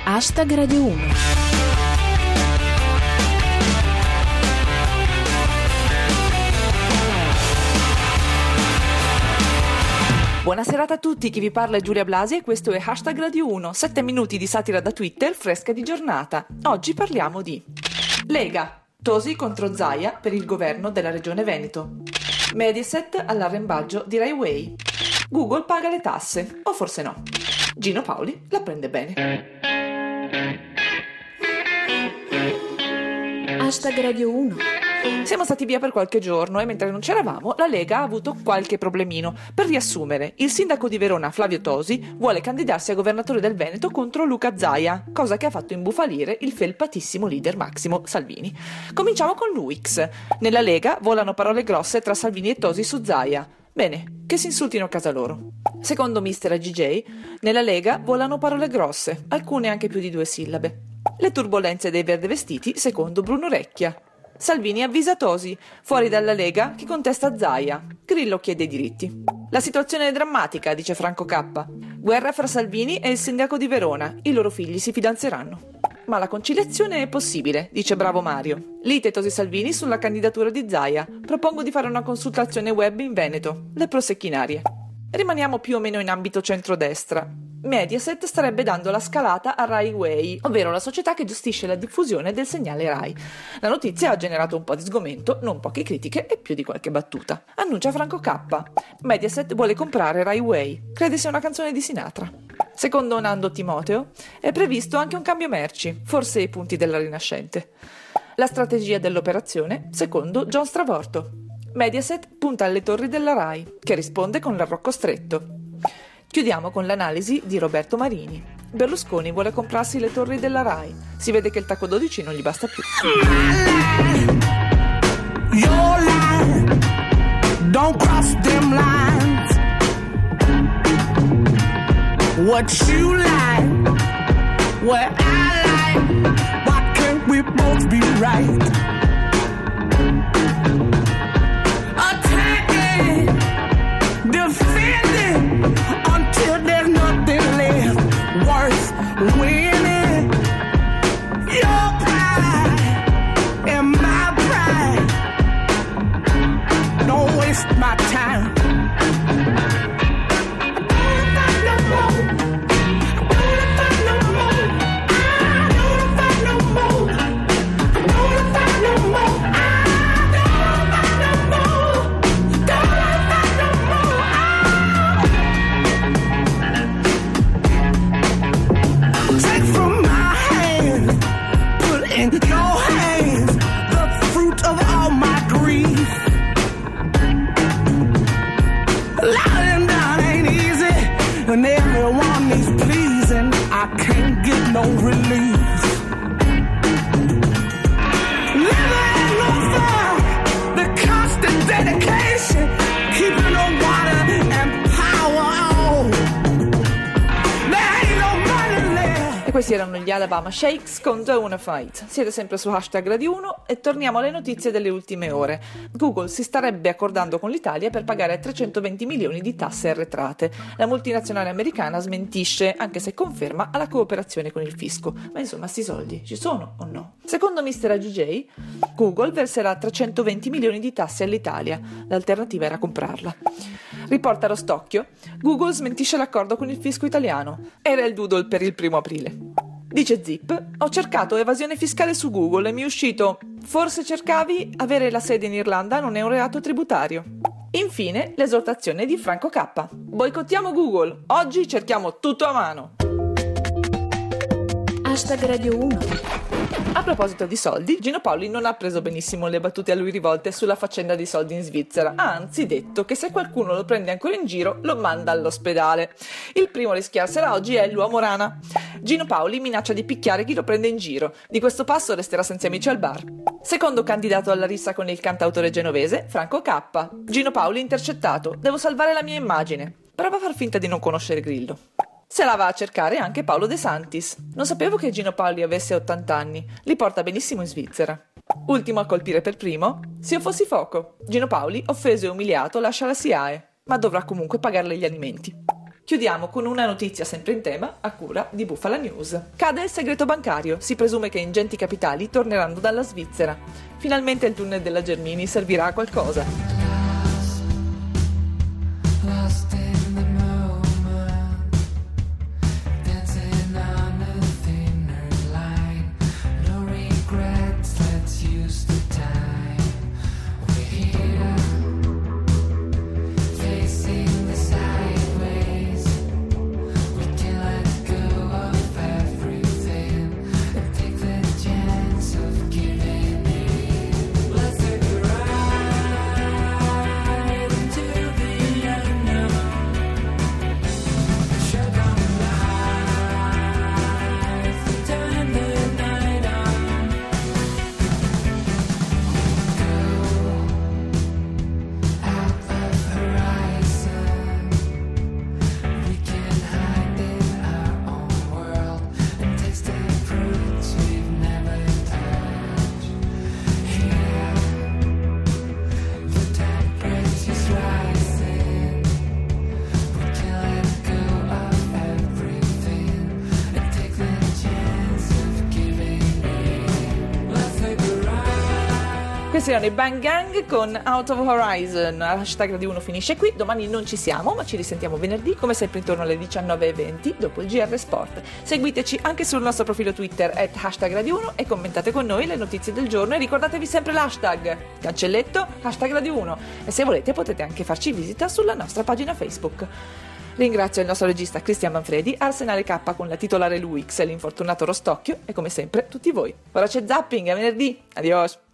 Radio 1. Buona serata a tutti, chi vi parla è Giulia Blasi e questo è Radio 1, 7 minuti di satira da Twitter fresca di giornata. Oggi parliamo di Lega, Tosi contro Zaia per il governo della regione Veneto, Mediaset all'arrembaggio di Rai Way, Google paga le tasse, o forse no, Gino Paoli la prende bene. Radio 1. Siamo stati via per qualche giorno e mentre non c'eravamo la Lega ha avuto qualche problemino. Per riassumere, il sindaco di Verona Flavio Tosi vuole candidarsi a governatore del Veneto contro Luca Zaia, cosa che ha fatto imbufalire il felpatissimo leader Massimo Salvini. Cominciamo con l'UX. Nella Lega volano parole grosse tra Salvini e Tosi su Zaia. Bene, che si insultino a casa loro. Secondo Mister AGJ, nella Lega volano parole grosse, alcune anche più di 2 sillabe. Le turbolenze dei verdevestiti secondo Bruno Recchia. Salvini avvisa Tosi, fuori dalla Lega chi contesta Zaia. Grillo chiede i diritti. La situazione è drammatica, dice Franco K. Guerra fra Salvini e il sindaco di Verona, i loro figli si fidanzeranno. Ma la conciliazione è possibile, dice Bravo Mario. Lite Tosi Salvini sulla candidatura di Zaia. Propongo di fare una consultazione web in Veneto. Le prosecchinarie. Rimaniamo più o meno in ambito centrodestra. Mediaset starebbe dando la scalata a Rai Way, ovvero la società che gestisce la diffusione del segnale Rai. La notizia ha generato un po' di sgomento, non poche critiche e più di qualche battuta. Annuncia Franco K. Mediaset vuole comprare Rai Way. Crede sia una canzone di Sinatra. Secondo Nando Timoteo, è previsto anche un cambio merci, forse i punti della Rinascente. La strategia dell'operazione, secondo John Stravorto. Mediaset punta alle torri della Rai, che risponde con l'arrocco stretto. Chiudiamo con l'analisi di Roberto Marini. Berlusconi vuole comprarsi le torri della Rai. Si vede che il tacco 12 non gli basta più. Your line, don't cross them lines. What you like, what I like. Why can't we both be right? Attacking, defending, until there's nothing left worth winning. Your pride and my pride. Don't waste my time. And everyone is pleasing, I can't get no relief. Living no fun, the constant dedication, keeping the water and power on. There ain't no money left. E questi erano gli Alabama Shakes con Don't Wanna Fight. Siete sempre su Radio 1 e torniamo alle notizie delle ultime ore. Google si starebbe accordando con l'Italia per pagare 320 milioni di tasse arretrate. La multinazionale americana smentisce, anche se conferma la cooperazione con il fisco. Ma insomma, sti soldi ci sono o no? Secondo Mr. AGJ, Google verserà 320 milioni di tasse all'Italia. L'alternativa era comprarla. Riporta lo Stocchio, Google smentisce l'accordo con il fisco italiano. Era il doodle per il 1 aprile. Dice Zip, ho cercato evasione fiscale su Google e mi è uscito, forse cercavi avere la sede in Irlanda non è un reato tributario. Infine, l'esortazione di Franco K. Boicottiamo Google, oggi cerchiamo tutto a mano. Radio 1. A proposito di soldi, Gino Paoli non ha preso benissimo le battute a lui rivolte sulla faccenda di soldi in Svizzera, ha anzi detto che se qualcuno lo prende ancora in giro lo manda all'ospedale. Il primo a rischiarsela oggi è l'uomo rana. Gino Paoli minaccia di picchiare chi lo prende in giro, di questo passo resterà senza amici al bar. Secondo candidato alla rissa con il cantautore genovese, Franco K. Gino Paoli intercettato, devo salvare la mia immagine. Prova a far finta di non conoscere Grillo. Se la va a cercare anche Paolo De Santis. Non sapevo che Gino Paoli avesse 80 anni. Li porta benissimo in Svizzera. Ultimo a colpire per primo, se io fossi Foco. Gino Paoli, offeso e umiliato, lascia la SIAE, ma dovrà comunque pagarle gli alimenti. Chiudiamo con una notizia sempre in tema, a cura di Bufala News. Cade il segreto bancario, si presume che ingenti capitali torneranno dalla Svizzera. Finalmente il tunnel della Germini servirà a qualcosa. Lost in the moment, dancing on a thinner line. No regrets, let's use the time. We're here, facing the sideways. We can let go of everything and take the chance of giving in. Let's take a ride into the unknown. Shut down the lights and turn the night on. Go out of horizon. We can hide in our own world and taste the fruits we've never touched. Here, the temperature's rising. We can let go of everything and take the chance of giving in. Let's take a ride. Questi erano i Bang Gang con Out of Horizon. Hashtag Radio 1 finisce qui, domani non ci siamo, ma ci risentiamo venerdì, come sempre intorno alle 19:20, dopo il GR Sport. Seguiteci anche sul nostro profilo Twitter @hashtag Radio 1 e commentate con noi le notizie del giorno e ricordatevi sempre l'hashtag cancelletto hashtag Radio 1 e se volete potete anche farci visita sulla nostra pagina Facebook. Ringrazio il nostro regista Cristian Manfredi, Arsenale K con la titolare Luix e l'infortunato Rostocchio e come sempre tutti voi. Ora c'è Zapping, a venerdì, adios!